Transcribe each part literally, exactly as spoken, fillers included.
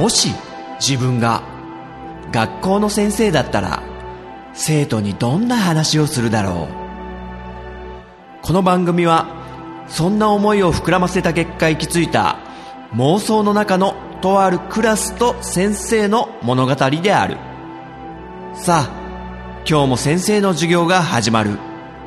もし自分が学校の先生だったら生徒にどんな話をするだろう。この番組はそんな思いを膨らませた結果行き着いた妄想の中のとあるクラスと先生の物語である。さあ、今日も先生の授業が始まる。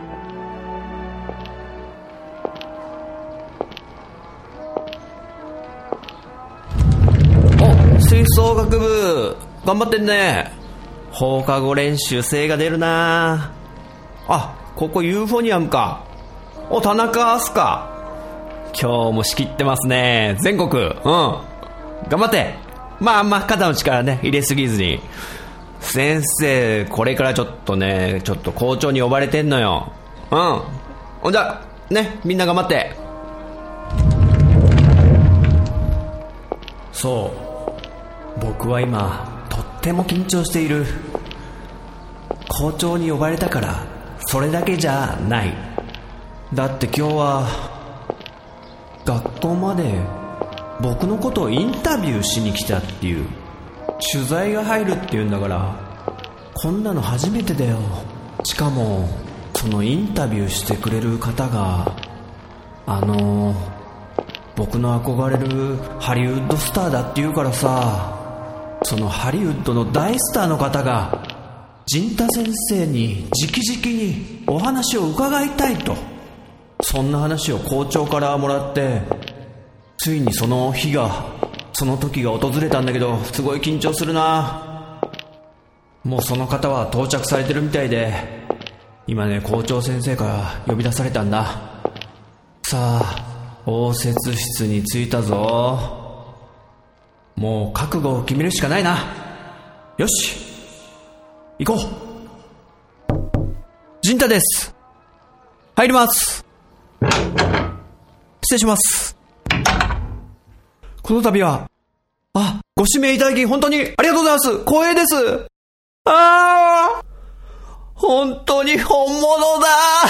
お、吹奏楽部頑張ってんね。放課後練習精が出るなあ。ここユーフォニアムか。お、田中飛鳥、今日も仕切ってますね。全国、うん、頑張って。まあまあ肩の力ね入れすぎずに。先生これからちょっとね、ちょっと校長に呼ばれてんのよ。うん、ほんじゃね、みんな頑張って。そう、僕は今とっても緊張している。校長に呼ばれたからそれだけじゃない。だって今日は学校まで僕のことをインタビューしに来たっていう、取材が入るっていうんだから、こんなの初めてだよ。しかもそのインタビューしてくれる方があの僕の憧れるハリウッドスターだっていうからさ、そのハリウッドの大スターの方が陣太先生に直々にお話を伺いたいと、そんな話を校長からもらって、ついにその日がその時が訪れたんだけど、すごい緊張するな。もうその方は到着されてるみたいで、今ね校長先生から呼び出されたんだ。さあ応接室に着いたぞ。もう覚悟を決めるしかないな。よし行こう。陣太です、入ります。失礼します。この度はあご指名いただき本当にありがとうございます。光栄です。ああ本当に本物だ。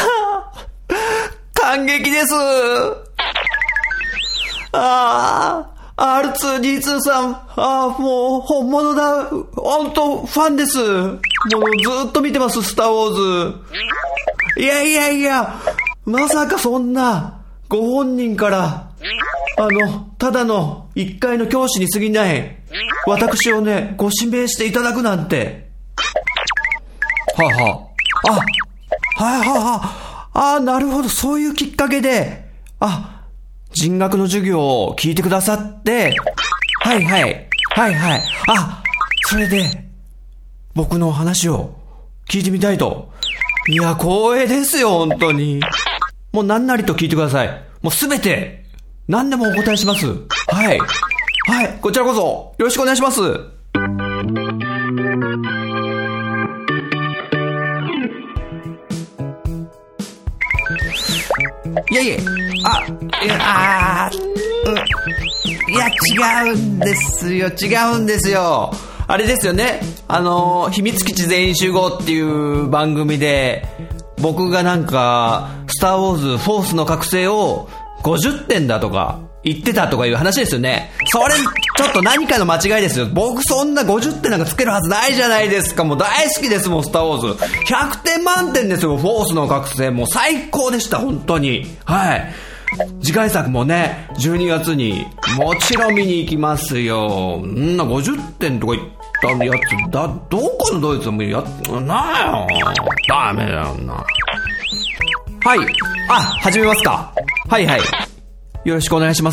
感激です。ああ アールツーディーツー さん、ああもう本物だ。本当ファンです。もうずっと見てます、スターウォーズ。いやいやいや、まさかそんなご本人からあのただの一階の教師に過ぎない私をねご指名していただくなんて。はあはあ、あはいはいはい、あなるほど、そういうきっかけであ人学の授業を聞いてくださって、はいはいはいはい、あそれで僕の話を聞いてみたいと。いや光栄ですよ本当に。もう何なりと聞いてください。もうすべて何でもお答えします。はいはいこちらこそよろしくお願いします。いやいやあいやあ、うん、いや違うんですよ違うんですよ。あれですよね、あの秘密基地全員集合っていう番組で僕がなんかスターウォーズフォースの覚醒をごじゅってんだとか言ってたとかいう話ですよね。それちょっと何かの間違いですよ。僕そんなごじゅってんなんかつけるはずないじゃないですか。もう大好きですもんスターウォーズ。ひゃくてん満点ですよ。フォースの覚醒もう最高でした本当に。はい、次回作もねじゅうにがつにもちろん見に行きますよ。んなごじゅってんとか言ったやつだ、どこのドイツもやっなよ、ダメだよな。はい、あ始めますか。はいはいよろしくお願いします。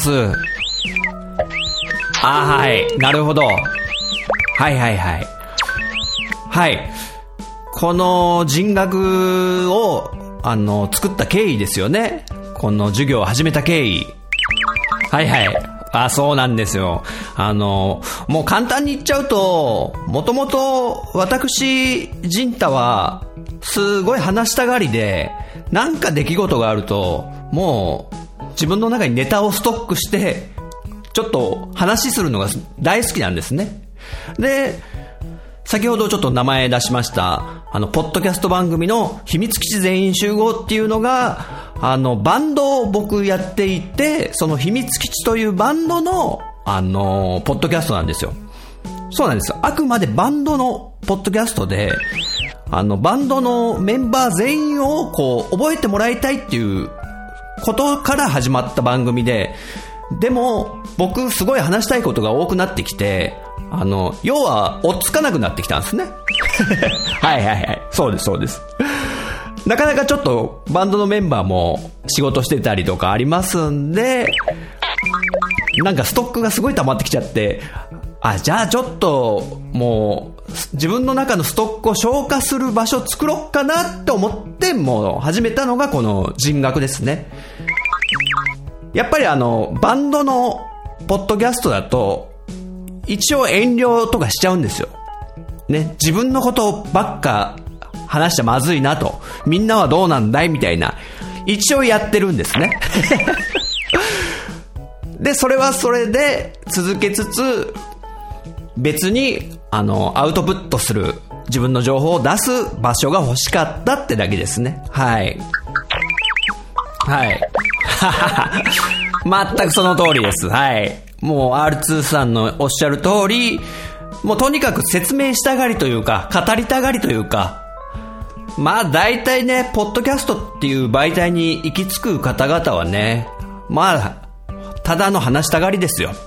あはいなるほど、はいはいはいはい、この人学をあの作った経緯ですよね。この授業を始めた経緯。はいはい、あそうなんですよ。あのもう簡単に言っちゃうと、もともと私陣太はすごい話したがりで、なんか出来事があるともう自分の中にネタをストックしてちょっと話するのが大好きなんですね。で先ほどちょっと名前出しましたあのポッドキャスト番組の秘密基地全員集合っていうのが、あのバンドを僕やっていて、その秘密基地というバンドのあのポッドキャストなんですよ。 そうなんです。あくまでバンドのポッドキャストで、あの、バンドのメンバー全員をこう、覚えてもらいたいっていうことから始まった番組で、でも、僕すごい話したいことが多くなってきて、あの、要は、追っつかなくなってきたんですね。はいはいはい。そうです、そうです。なかなかちょっと、バンドのメンバーも仕事してたりとかありますんで、なんかストックがすごい溜まってきちゃって、あ、じゃあちょっともう自分の中のストックを消化する場所を作ろうかなって思ってもう始めたのがこの人学ですね。やっぱりあのバンドのポッドキャストだと一応遠慮とかしちゃうんですよね。自分のことばっか話しちゃまずいなと、みんなはどうなんだいみたいな一応やってるんですね。でそれはそれで続けつつ、別にあのアウトプットする自分の情報を出す場所が欲しかったってだけですね。はいはい全くその通りです。はい、もう アールツー さんのおっしゃる通り、もうとにかく説明したがりというか語りたがりというか、まあ大体ねポッドキャストっていう媒体に行き着く方々はね、まあただの話したがりですよ。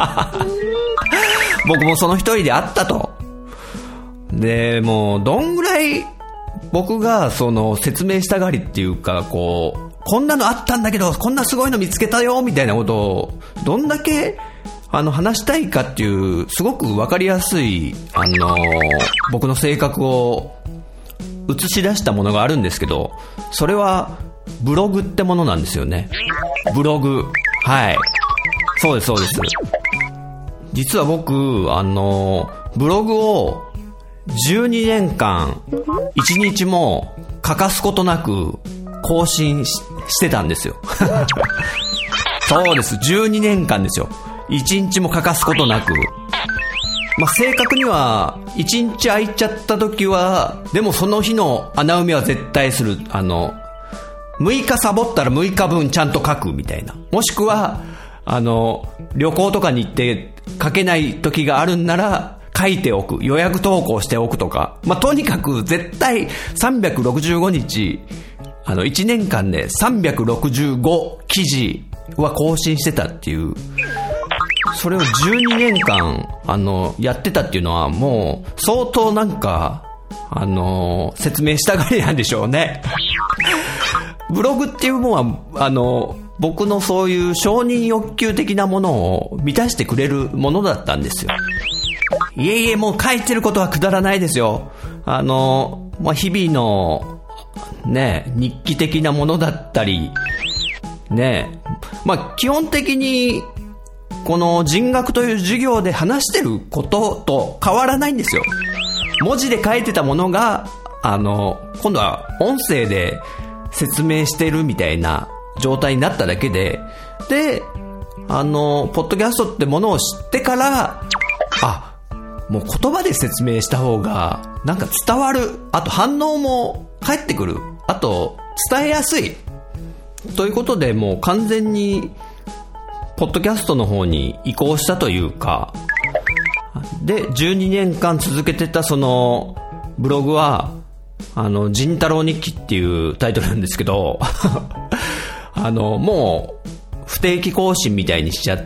僕もその一人であったと。でもうどんぐらい僕がその説明したがりっていうか、こうこんなのあったんだけどこんなすごいの見つけたよみたいなことをどんだけあの話したいかっていう、すごく分かりやすいあの僕の性格を映し出したものがあるんですけど、それはブログってものなんですよね。ブログ、はい、そうですそうです。実は僕あのブログをじゅうにねんかんいちにちも欠かすことなく更新 し, してたんですよ。そうです、じゅうにねんかんですよ。いちにちも欠かすことなく、まあ、正確にはいちにち空いちゃった時はでもその日の穴埋めは絶対する。あのむいかサボったらむいかぶんちゃんと書くみたいな、もしくはあの旅行とかに行って書けない時があるんなら書いておく、予約投稿しておくとか、まあ、とにかく絶対さんびゃくろくじゅうごにちあのいちねんかんでさんびゃくろくじゅうご記事は更新してたっていう、それをじゅうにねんかんあのやってたっていうのはもう相当なんかあの説明したがりなんでしょうね。ブログっていうものはあの僕のそういう承認欲求的なものを満たしてくれるものだったんですよ。いえいえ、もう書いてることはくだらないですよ。あの、まあ、日々のね日記的なものだったりね、まあ、基本的にこの人学という授業で話してることと変わらないんですよ。文字で書いてたものがあの今度は音声で説明してるみたいな状態になっただけで、であのポッドキャストってものを知ってから、あ、もう言葉で説明した方がなんか伝わる、あと反応も返ってくる、あと伝えやすいということで、もう完全にポッドキャストの方に移行したというか、でじゅうにねんかん続けてたそのブログはあの仁太郎日記っていうタイトルなんですけどあのもう不定期更新みたいにしちゃって、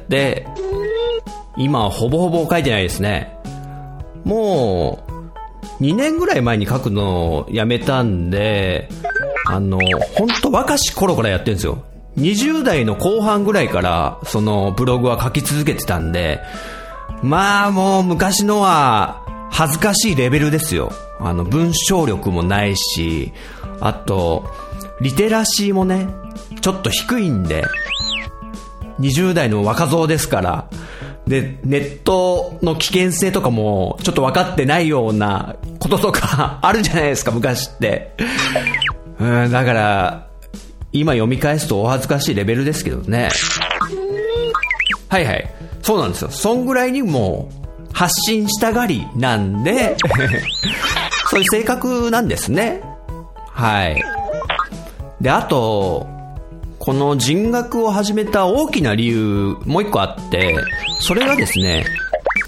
今はほぼほぼ書いてないですね。もうにねんぐらい前に書くのをやめたんで、あの本当若し頃からやってるんですよ。にじゅう代の後半ぐらいからそのブログは書き続けてたんで、まあもう昔のは恥ずかしいレベルですよ。あの文章力もないし、あとリテラシーもねちょっと低いんで、にじゅう代の若造ですから、でネットの危険性とかもちょっと分かってないようなこととかあるじゃないですか昔って。うん、だから今読み返すとお恥ずかしいレベルですけどね。はいはい、そうなんですよ。そんぐらいにもう発信したがりなんでそういう性格なんですね。はい。であとこの人学を始めた大きな理由もう一個あって、それがですね、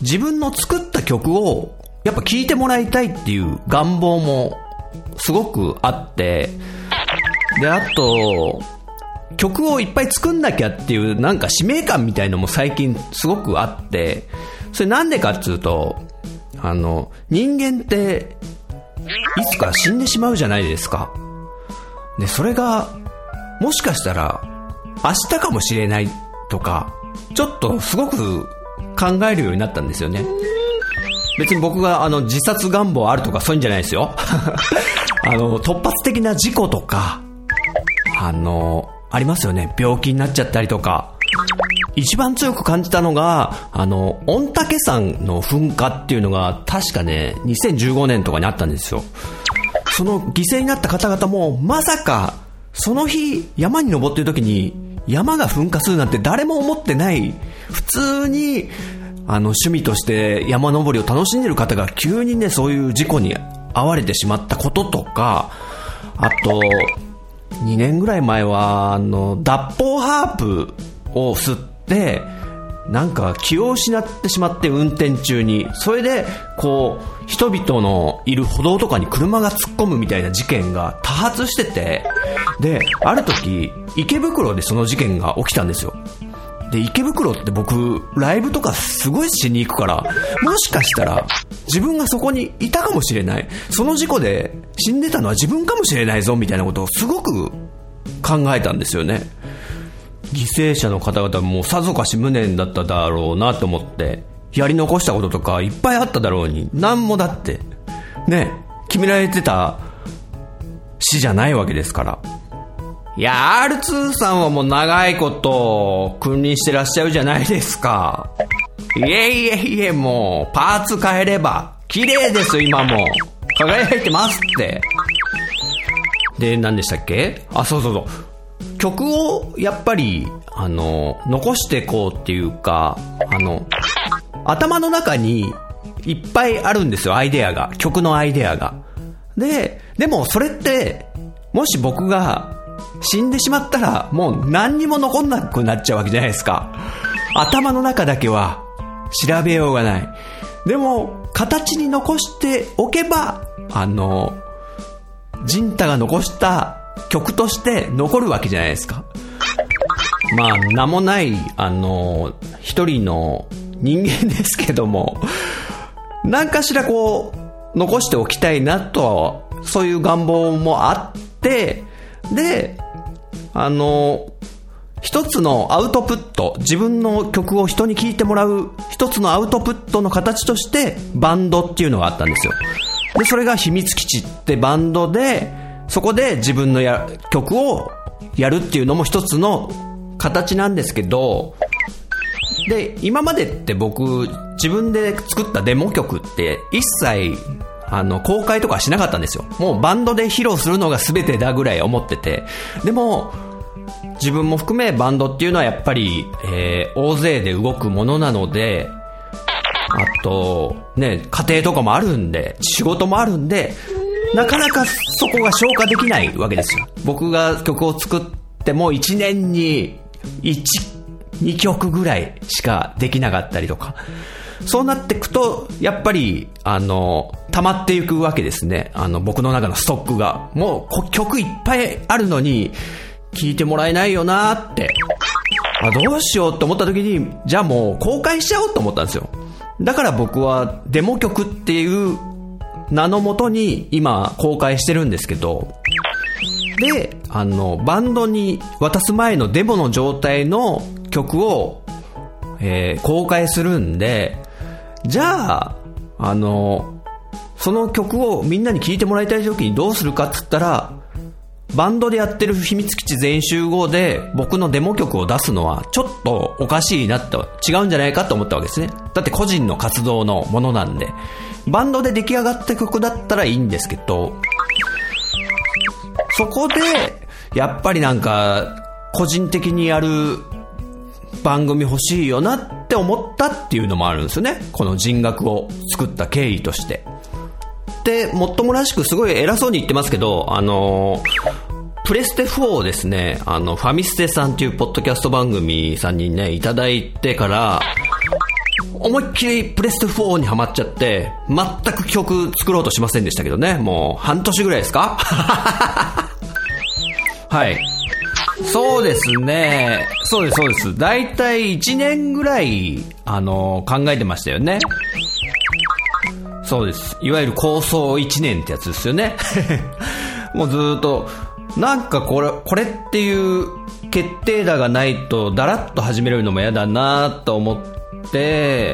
自分の作った曲をやっぱ聴いてもらいたいっていう願望もすごくあって、で、あと曲をいっぱい作んなきゃっていうなんか使命感みたいのも最近すごくあって、それなんでかっていうと、あの人間っていつか死んでしまうじゃないですか。で、それがもしかしたら明日かもしれないとか、ちょっとすごく考えるようになったんですよね。別に僕があの自殺願望あるとかそういうんじゃないですよあの突発的な事故とかあのありますよね。病気になっちゃったりとか。一番強く感じたのがあの御嶽山の噴火っていうのが確かねにせんじゅうごねんとかにあったんですよ。その犠牲になった方々もまさかその日山に登っている時に山が噴火するなんて誰も思ってない、普通にあの趣味として山登りを楽しんでる方が急にねそういう事故に遭われてしまったこととか、あとにねんぐらい前はあの脱法ハープを吸ってなんか気を失ってしまって運転中に、それでこう人々のいる歩道とかに車が突っ込むみたいな事件が多発してて、である時池袋でその事件が起きたんですよ。で池袋って僕ライブとかすごいしに行くから、もしかしたら自分がそこにいたかもしれない、その事故で死んでたのは自分かもしれないぞみたいなことをすごく考えたんですよね。犠牲者の方々もさぞかし無念だっただろうなと思って、やり残したこととかいっぱいあっただろうに、何もだってね決められてた死じゃないわけですから。いや アールツー さんはもう長いこと君臨してらっしゃるじゃないですか。いえいえいえ、もうパーツ変えれば綺麗です今も輝いてますって。で何でしたっけ、あそうそうそう、曲をやっぱりあの残していこうっていうか、あの頭の中にいっぱいあるんですよ、アイデアが、曲のアイデアが。ででもそれってもし僕が死んでしまったらもう何にも残んなくなっちゃうわけじゃないですか。頭の中だけは調べようがない。でも形に残しておけばあのジンタが残した曲として残るわけじゃないですか。まあ名もないあの一人の人間ですけども、何かしらこう残しておきたいなと、そういう願望もあって、であの一つのアウトプット、自分の曲を人に聴いてもらう一つのアウトプットの形としてバンドっていうのがあったんですよ。でそれが秘密基地ってバンドで、そこで自分のや曲をやるっていうのも一つの形なんですけど、で今までって僕自分で作ったデモ曲って一切あの公開とかしなかったんですよ。もうバンドで披露するのが全てだぐらい思ってて、でも自分も含めバンドっていうのはやっぱり、えー、大勢で動くものなので、あとね家庭とかもあるんで仕事もあるんで、なかなかそこが消化できないわけですよ。僕が曲を作ってもいちねんにいち、にきょくぐらいしかできなかったりとか、そうなっていくとやっぱりあの溜まっていくわけですね。あの僕の中のストックがもう曲いっぱいあるのに聴いてもらえないよなって、あどうしようと思った時に、じゃあもう公開しちゃおうと思ったんですよ。だから僕はデモ曲っていう名のもとに今公開してるんですけど、であのバンドに渡す前のデモの状態の曲を、えー、公開するんで、じゃああのその曲をみんなに聴いてもらいたい時にどうするかっつったら、バンドでやってる秘密基地全員集合で僕のデモ曲を出すのはちょっとおかしいなと、違うんじゃないかと思ったわけですね。だって個人の活動のものなんで、バンドで出来上がった曲だったらいいんですけど、そこでやっぱりなんか個人的にやる番組欲しいよなって思ったっていうのもあるんですよね、この人楽を作った経緯として。でもっともらしくすごい偉そうに言ってますけど、あのプレステフォーをですね、あのファミステさんっていうポッドキャスト番組さんにねいただいてから、 思いっきりプレステフォーにハマっちゃって、全く曲作ろうとしませんでしたけどね。もう半年ぐらいですかはい。そうですね。そうです、そうです。だいたいいちねんぐらい、あの、考えてましたよね。そうです。いわゆる構想いちねんってやつですよね。もうずーっと、なんかこれ、これっていう決定打がないと、だらっと始めるのも嫌だなと思って、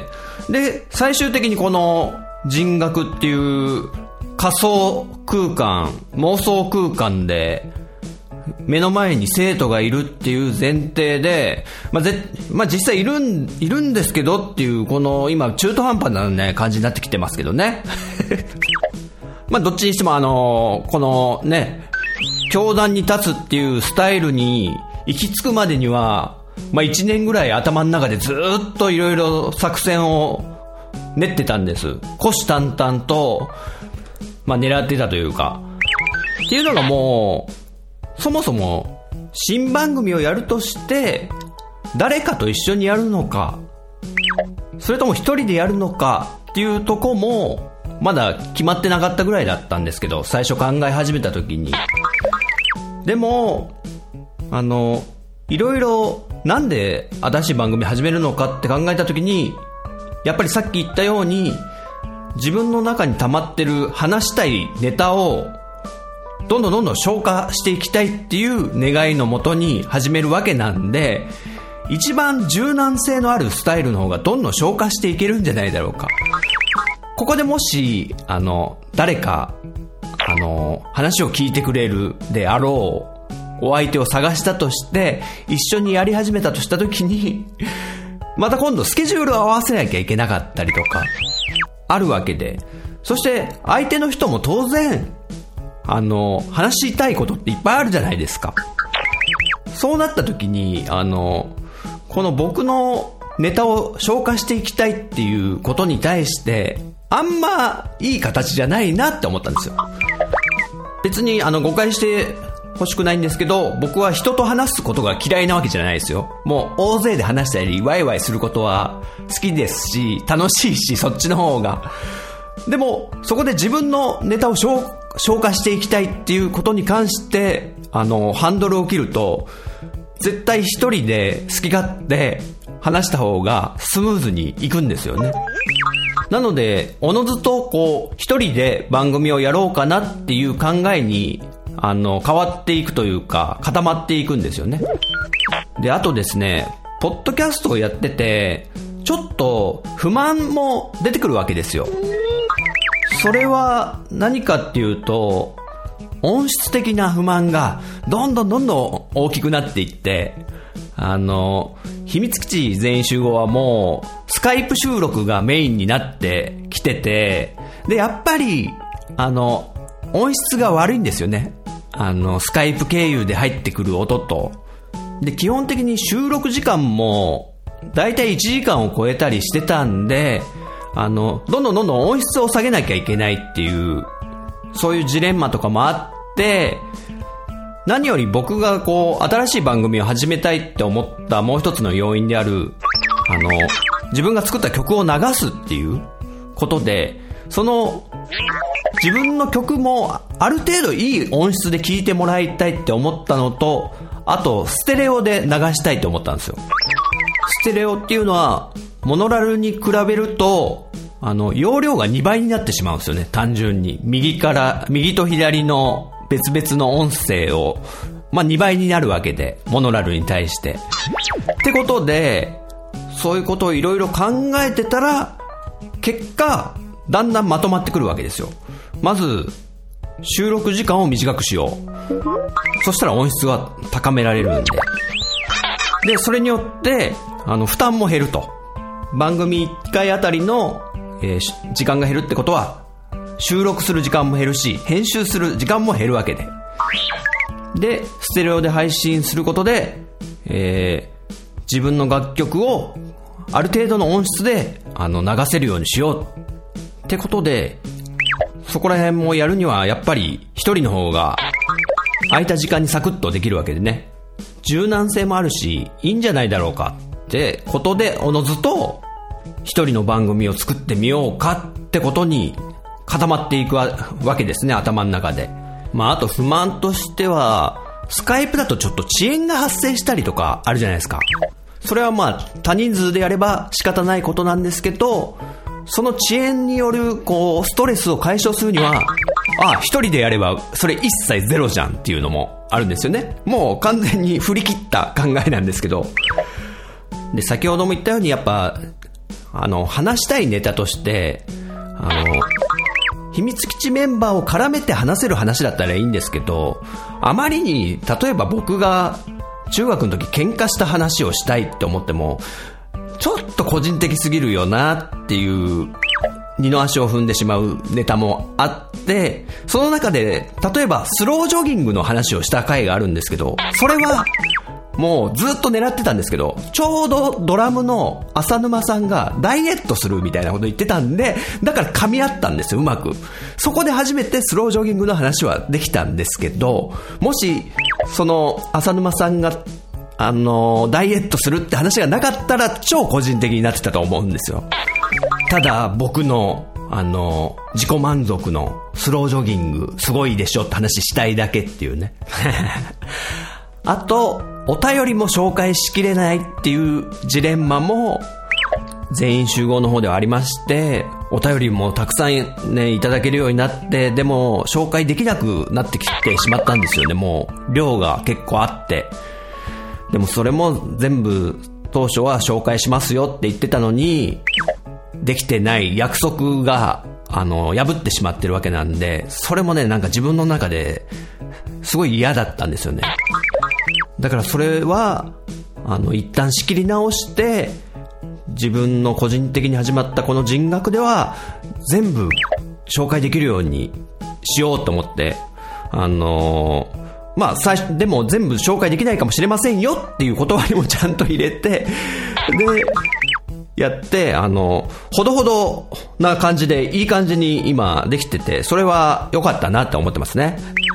で、最終的にこの人学っていう仮想空間、妄想空間で、目の前に生徒がいるっていう前提で、まあぜまあ、実際いるん、いるんですけどっていう、この今中途半端な、ね、感じになってきてますけどね。まあどっちにしてもあのこのね、教壇に立つっていうスタイルに行き着くまでには、まあいちねんぐらい頭の中でずっといろいろ作戦を練ってたんです。虎視眈々と、まあ狙ってたというか。っていうのがもう、そもそも新番組をやるとして誰かと一緒にやるのか、それとも一人でやるのかっていうとこもまだ決まってなかったぐらいだったんですけど、最初考え始めた時に。でもあのいろいろなんで新しい番組始めるのかって考えた時に、やっぱりさっき言ったように自分の中に溜まってる話したいネタをどんどんどんどん消化していきたいっていう願いのもとに始めるわけなんで、一番柔軟性のあるスタイルの方がどんどん消化していけるんじゃないだろうか。ここでもしあの誰かあの話を聞いてくれるであろうお相手を探したとして、一緒にやり始めたとした時にまた今度スケジュールを合わせなきゃいけなかったりとかあるわけで、そして相手の人も当然あの話したいことっていっぱいあるじゃないですか。そうなった時にあのこの僕のネタを消化していきたいっていうことに対してあんまいい形じゃないなって思ったんですよ。別にあの誤解して欲しくないんですけど、僕は人と話すことが嫌いなわけじゃないですよ。もう大勢で話したりワイワイすることは好きですし、楽しいし、そっちの方が。でもそこで自分のネタを消化消化していきたいっていうことに関してあのハンドルを切ると、絶対一人で好き勝手話した方がスムーズにいくんですよね。なのでおのずとこう一人で番組をやろうかなっていう考えにあの変わっていくというか固まっていくんですよね。で、あとですね、ポッドキャストをやっててちょっと不満も出てくるわけですよ。それは何かっていうと、音質的な不満がどんどんどんどん大きくなっていって、あの秘密基地全員集合はもうスカイプ収録がメインになってきてて、でやっぱりあの音質が悪いんですよね。あのスカイプ経由で入ってくる音と、で基本的に収録時間もだいたいいちじかんを超えたりしてたんで、あのどんどんどんどん音質を下げなきゃいけないっていう、そういうジレンマとかもあって、何より僕がこう新しい番組を始めたいって思ったもう一つの要因である、あの自分が作った曲を流すっていうことで、その自分の曲もある程度いい音質で聴いてもらいたいって思ったのと、あとステレオで流したいと思ったんですよ。ステレオっていうのはモノラルに比べるとあの容量がにばいになってしまうんですよね。単純に右から右と左の別々の音声を、まあ、にばいになるわけで、モノラルに対してってことで、そういうことをいろいろ考えてたら結果だんだんまとまってくるわけですよ。まず収録時間を短くしよう。そしたら音質が高められるんで、でそれによってあの負担も減ると。番組いっかいあたりの、えー、時間が減るってことは収録する時間も減るし、編集する時間も減るわけで、でステレオで配信することで、えー、自分の楽曲をある程度の音質であの流せるようにしようってことで、そこら辺もやるにはやっぱり一人の方が空いた時間にサクッとできるわけでね、柔軟性もあるしいいんじゃないだろうかってことで、おのずと一人の番組を作ってみようかってことに固まっていくわけですね、頭の中で。まああと不満としては、スカイプだとちょっと遅延が発生したりとかあるじゃないですか。それはまあ多人数でやれば仕方ないことなんですけど、その遅延によるこうストレスを解消するには、ああ一人でやればそれ一切ゼロじゃんっていうのもあるんですよね。もう完全に振り切った考えなんですけど、で先ほども言ったようにやっぱあの話したいネタとしてあの秘密基地メンバーを絡めて話せる話だったらいいんですけど、あまりに例えば僕が中学の時喧嘩した話をしたいって思ってもちょっと個人的すぎるよなっていう二の足を踏んでしまうネタもあって、その中で例えばスロージョギングの話をした回があるんですけど、それはもうずっと狙ってたんですけど、ちょうどドラムの浅沼さんがダイエットするみたいなこと言ってたんで、だから噛み合ったんですよ、うまく。そこで初めてスロージョギングの話はできたんですけど、もしその浅沼さんがあのダイエットするって話がなかったら超個人的になってたと思うんですよ。ただ僕のあの自己満足のスロージョギングすごいでしょって話したいだけっていうねあとお便りも紹介しきれないっていうジレンマも全員集合の方ではありまして、お便りもたくさんねいただけるようになって、でも紹介できなくなってきてしまったんですよね。もう量が結構あって、でもそれも全部当初は紹介しますよって言ってたのにできてない約束があの破ってしまってるわけなんで、それもねなんか自分の中ですごい嫌だったんですよね。だからそれはあの一旦仕切り直して、自分の個人的に始まったこの人学では全部紹介できるようにしようと思って、あのーまあ最初でも全部紹介できないかもしれませんよっていう断りもちゃんと入れて、でやってあのほどほどな感じでいい感じに今できてて、それは良かったなって思ってますね。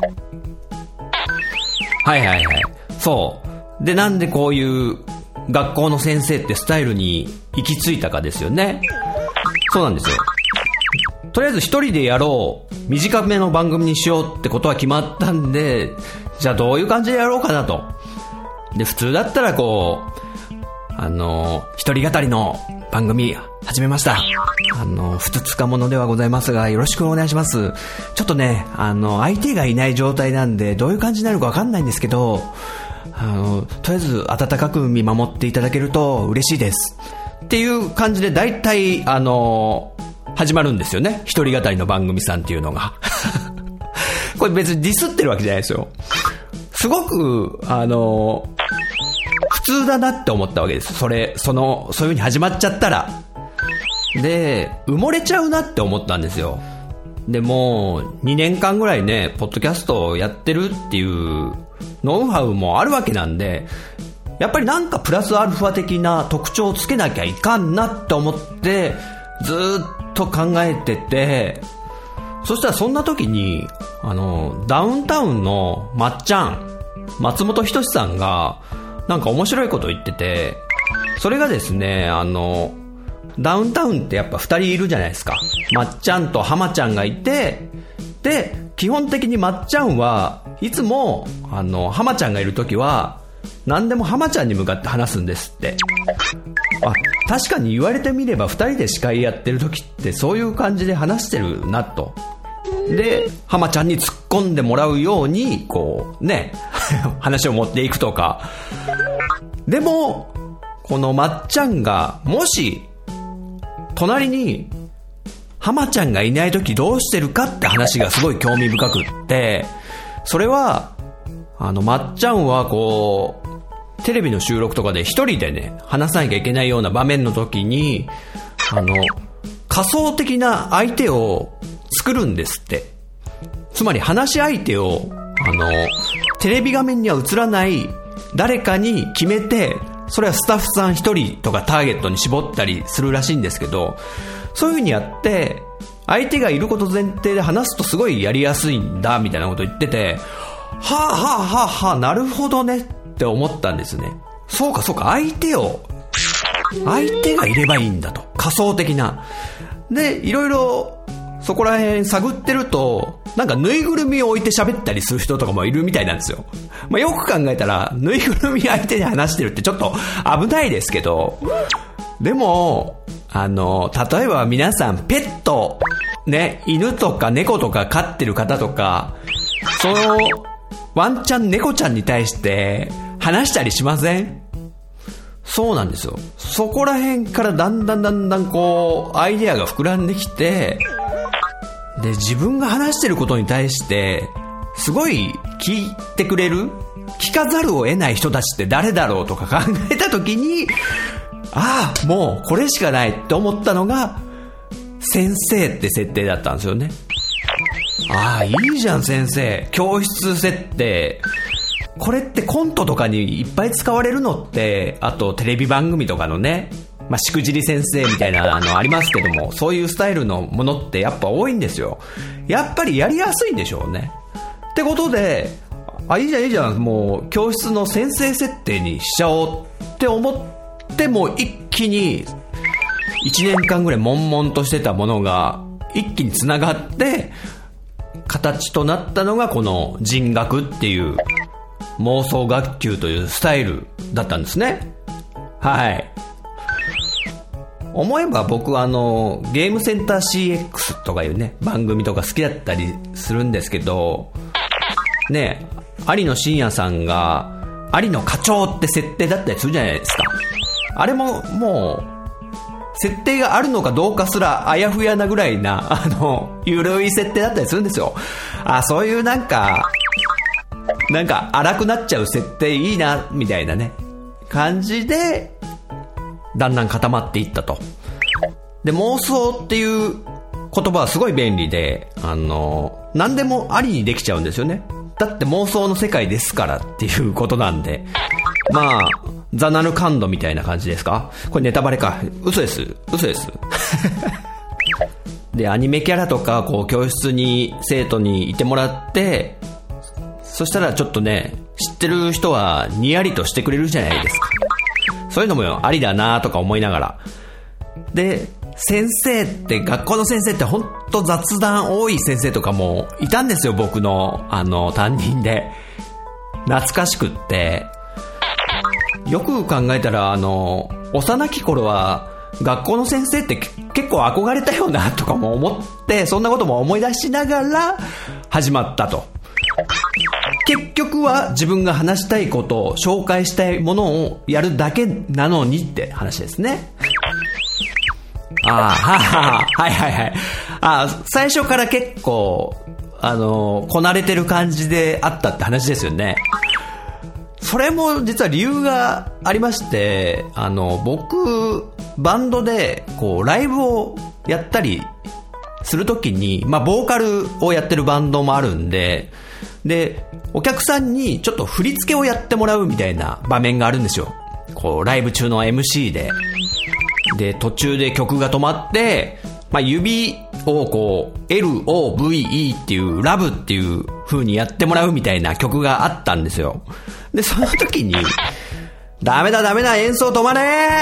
はいはいはい。そうで、なんでこういう学校の先生ってスタイルに行き着いたかですよね。そうなんですよ。とりあえず一人でやろう、短めの番組にしようってことは決まったんで、じゃあどういう感じでやろうかなと。で普通だったらこうあの一人語りの番組始めました。あのふつつかものではございますがよろしくお願いします。ちょっとねあの相手がいない状態なんでどういう感じになるか分かんないんですけど、あのとりあえず温かく見守っていただけると嬉しいですっていう感じでだいたいあの始まるんですよね、一人語りの番組さんっていうのがこれ別にディスってるわけじゃないですよ。すごくあの普通だなって思ったわけです。それそのそういう風に始まっちゃったらで埋もれちゃうなって思ったんですよ。でもうにねんかんぐらいねポッドキャストをやってるっていうノウハウもあるわけなんで、やっぱりなんかプラスアルファ的な特徴をつけなきゃいかんなって思ってずっと考えてて、そしたらそんな時にあのダウンタウンのまっちゃん松本人志さんがなんか面白いこと言ってて、それがですねあのダウンタウンってやっぱふたりいるじゃないですか。まっちゃんと浜ちゃんがいて、で基本的にまっちゃんはいつもあの浜ちゃんがいる時は何でも浜ちゃんに向かって話すんですって。あ、確かに言われてみればふたりで司会やってる時ってそういう感じで話してるなと。で浜ちゃんに突っ込んでもらうようにこうね話を持っていくとか。でもこのまっちゃんがもし隣に浜ちゃんがいない時どうしてるかって話がすごい興味深くって、それはあのまっちゃんはこうテレビの収録とかで一人でね話さなきゃいけないような場面の時にあの仮想的な相手を作るんですって。つまり話し相手をあのテレビ画面には映らない誰かに決めて、それはスタッフさん一人とかターゲットに絞ったりするらしいんですけど、そういう風にやって相手がいること前提で話すとすごいやりやすいんだみたいなこと言ってて、はあはあはあはあなるほどねって思ったんですね。そうかそうか、相手を相手がいればいいんだと。仮想的な。で、いろいろそこら辺探ってると、なんかぬいぐるみを置いて喋ったりする人とかもいるみたいなんですよ。まあ、よく考えたら、ぬいぐるみ相手に話してるってちょっと危ないですけど、でも、あの、例えば皆さんペット、ね、犬とか猫とか飼ってる方とか、そのワンちゃん猫ちゃんに対して話したりしません？そうなんですよ。そこら辺からだんだんだんだんこうアイデアが膨らんできて、で自分が話してることに対してすごい聞いてくれる、聞かざるを得ない人たちって誰だろうとか考えた時に、ああもうこれしかないって思ったのが先生って設定だったんですよね。ああいいじゃん先生、教室設定。これってコントとかにいっぱい使われるのって、あとテレビ番組とかのね、まあ、しくじり先生みたいなのありますけども、そういうスタイルのものってやっぱ多いんですよ。やっぱりやりやすいんでしょうね。ってことで、あ、いいじゃんいいじゃん、もう教室の先生設定にしちゃおうって思っても、一気にいちねんかんぐらい悶々としてたものが一気につながって形となったのがこの人学っていう妄想学級というスタイルだったんですね。はい。思えば僕はあのゲームセンター シーエックス とかいうね番組とか好きだったりするんですけどね、有野深也さんが有野課長って設定だったりするじゃないですか。あれももう設定があるのかどうかすらあやふやなぐらいな、あのゆるい設定だったりするんですよ。あ、そういうなんかなんか荒くなっちゃう設定いいなみたいなね感じでだんだん固まっていったと。で、妄想っていう言葉はすごい便利で、あの何でもありにできちゃうんですよね。だって妄想の世界ですからっていうことなんで、まあザナルカンドみたいな感じですか。これネタバレか。嘘です嘘ですで、アニメキャラとかこう教室に生徒にいてもらって、そしたらちょっとね、知ってる人はにやりとしてくれるじゃないですか。そういうのもありだなとか思いながら。で、先生って学校の先生ってほんと雑談多い先生とかもいたんですよ、僕のあの担任で。懐かしくって、よく考えたらあの幼き頃は学校の先生って結構憧れたよなとかも思って、そんなことも思い出しながら始まったと。結局は自分が話したいことを紹介したいものをやるだけなのにって話ですね。ああ、はははいはいはい。あ、最初から結構あのこなれてる感じであったって話ですよね。それも実は理由がありまして、あの僕バンドでこうライブをやったりするときに、まあボーカルをやってるバンドもあるんで、でお客さんにちょっと振り付けをやってもらうみたいな場面があるんですよ。こうライブ中の エムシー で、で途中で曲が止まって、まあ、指をこう エルオーブイイー っていうラブっていう風にやってもらうみたいな曲があったんですよ。でその時にダメだダメだ演奏止まれ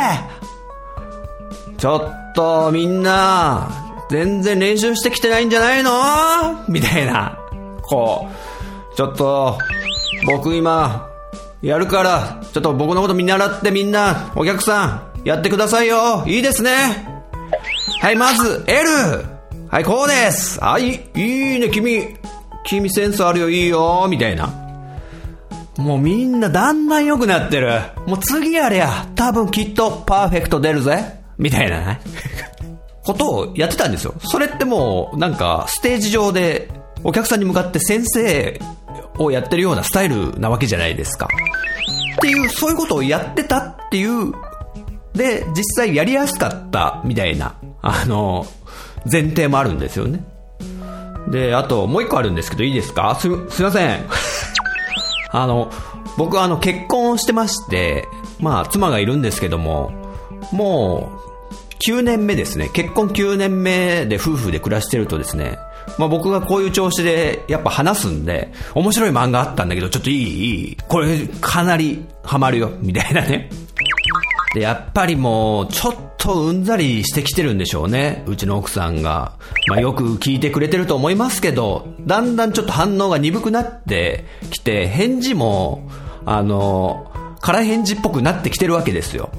ー、ちょっとみんな全然練習してきてないんじゃないのみたいな、こうちょっと僕今やるからちょっと僕のこと見習ってみんなお客さんやってくださいよ、いいですね。はい、まず L、 はいこうです、あ、いい、いいね君君センスあるよ、いいよみたいな。もうみんなだんだん良くなってる、もう次やれや多分きっとパーフェクト出るぜみたいなねことをやってたんですよ。それってもうなんかステージ上でお客さんに向かって先生をやってるようなスタイルなわけじゃないですかっていう、そういうことをやってたっていう、で実際やりやすかったみたいなあの前提もあるんですよね。であともう一個あるんですけどいいですか、す, すいませんあの僕はあの結婚してまして、まあ妻がいるんですけども、もうきゅうねんめですね。結婚きゅうねんめで夫婦で暮らしてるとですね、まあ僕がこういう調子でやっぱ話すんで、面白い漫画あったんだけどちょっといいいいこれかなりハマるよみたいなねでやっぱりもうちょっとうんざりしてきてるんでしょうね、うちの奥さんが。まあ、よく聞いてくれてると思いますけど、だんだんちょっと反応が鈍くなってきて、返事もあの空返事っぽくなってきてるわけですよ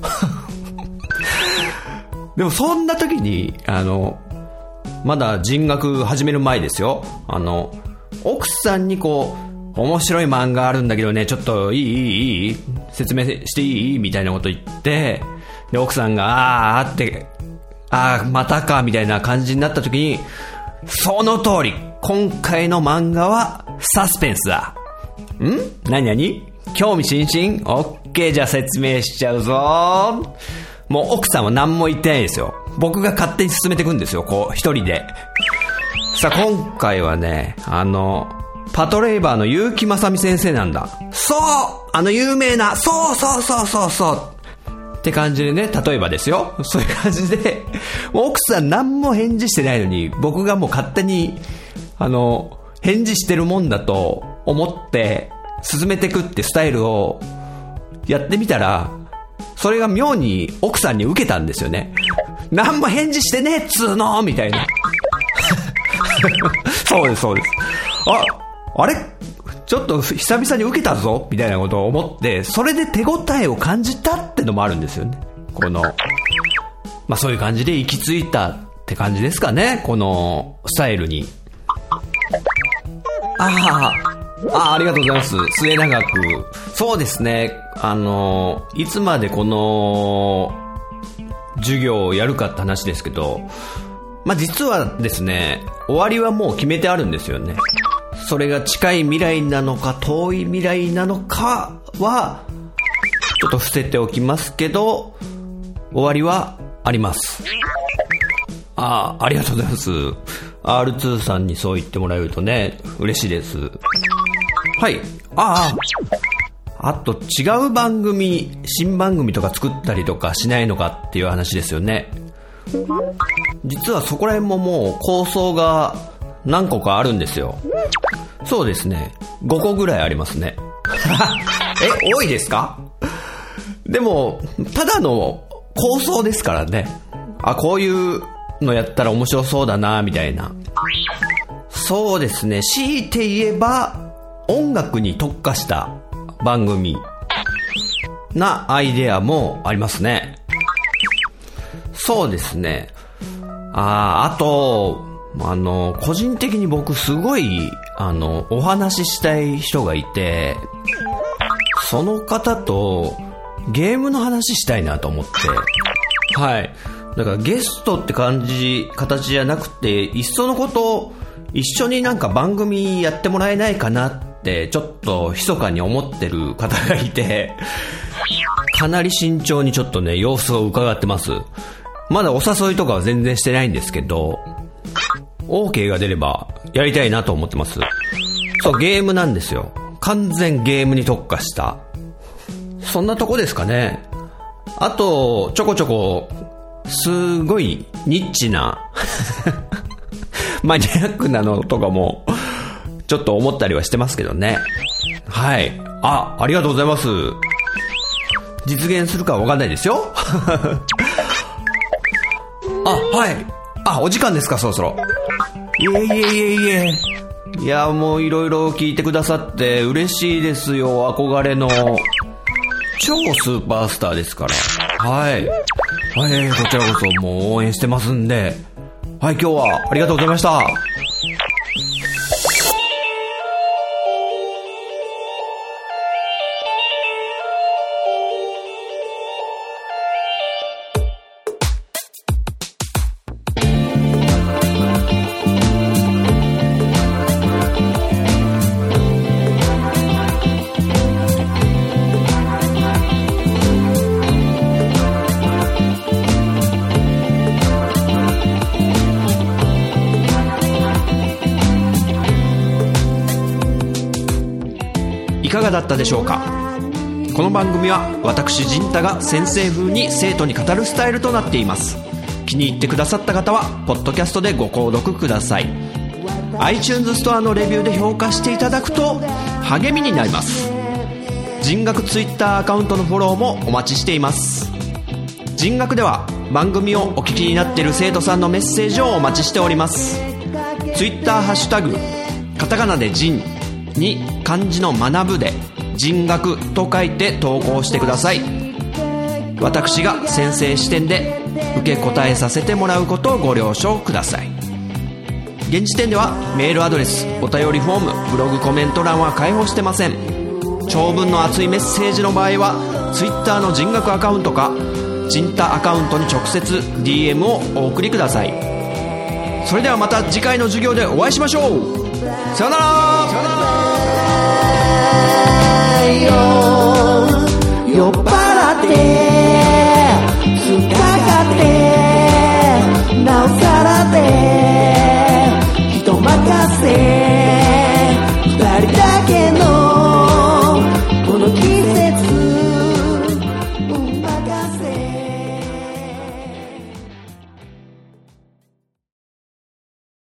でもそんな時にあのまだ人学始める前ですよ、あの奥さんにこう面白い漫画あるんだけどね、ちょっといいいいいい説明していいみたいなこと言って、で奥さんがあーあってあーまたかみたいな感じになった時に、その通り今回の漫画はサスペンスだ。ん何何興味津々。オッケー、じゃあ説明しちゃうぞ。もう奥さんは何も言ってないですよ。僕が勝手に進めていくんですよ、こう一人で。さあ今回はね、あのパトレイバーの結城正美先生なんだ。そう、あの有名な、そうそうそうそうそうって感じでね、例えばですよ、そういう感じで奥さん何も返事してないのに、僕がもう勝手にあの返事してるもんだと思って進めていくってスタイルをやってみたら、それが妙に奥さんに受けたんですよね。何も返事してねえっつーのみたいなそうですそうです。ああれちょっと久々に受けたぞみたいなことを思って、それで手応えを感じたってのもあるんですよね。このまあそういう感じで行き着いたって感じですかね、このスタイルに。あああありがとうございます。末永く。そうですね、あのいつまでこの授業をやるかって話ですけど、まあ実はですね、終わりはもう決めてあるんですよね。それが近い未来なのか遠い未来なのかはちょっと伏せておきますけど、終わりはあります。ああ、ありがとうございます。 アールツー さんにそう言ってもらえるとね、嬉しいです。はい。あああと違う番組、新番組とか作ったりとかしないのかっていう話ですよね。実はそこら辺ももう構想が何個かあるんですよ。そうですね、ごこぐらいありますねえ、多いですか？でもただの構想ですからね。あ、こういうのやったら面白そうだなみたいな。そうですね、強いて言えば音楽に特化した番組なアイデアもありますね。そうですね。ああ、あとあの個人的に僕すごいあのお話ししたい人がいて、その方とゲームの話したいなと思って、はい、だからゲストって感じ形じゃなくて、いっそのこと一緒になんか番組やってもらえないかなってちょっと密かに思ってる方がいて、かなり慎重にちょっとね様子を伺ってます。まだお誘いとかは全然してないんですけど、 OK が出ればやりたいなと思ってます。そう、ゲームなんですよ。完全ゲームに特化した、そんなとこですかね。あとちょこちょこすごいニッチなマニアックなのとかもちょっと思ったりはしてますけどね。はい。あ、ありがとうございます。実現するかは分かんないですよあ、はい。あ、お時間ですか、そろそろ。いえいえいえいえ。いや、もういろいろ聞いてくださって嬉しいですよ。憧れの超スーパースターですから。はい。はい、こちらこそもう応援してますんで。はい、今日はありがとうございました。いかがだったでしょうか。この番組は私陣太が先生風に生徒に語るスタイルとなっています。気に入ってくださった方はポッドキャストでご購読ください。 iTunes ストアのレビューで評価していただくと励みになります。人学ツイッターアカウントのフォローもお待ちしています。 人学では番組をお聞きになっている生徒さんのメッセージをお待ちしております。ツイッターハッシュタグカタカナで人に漢字の学ぶで人学と書いて投稿してください。私が先生視点で受け答えさせてもらうことをご了承ください。現時点ではメールアドレス、お便りフォーム、ブログコメント欄は開放してません。長文の熱いメッセージの場合は Twitter の人学アカウントか人多アカウントに直接 ディーエム をお送りください。それではまた次回の授業でお会いしましょう。さよなら。さよなら。酔っ払って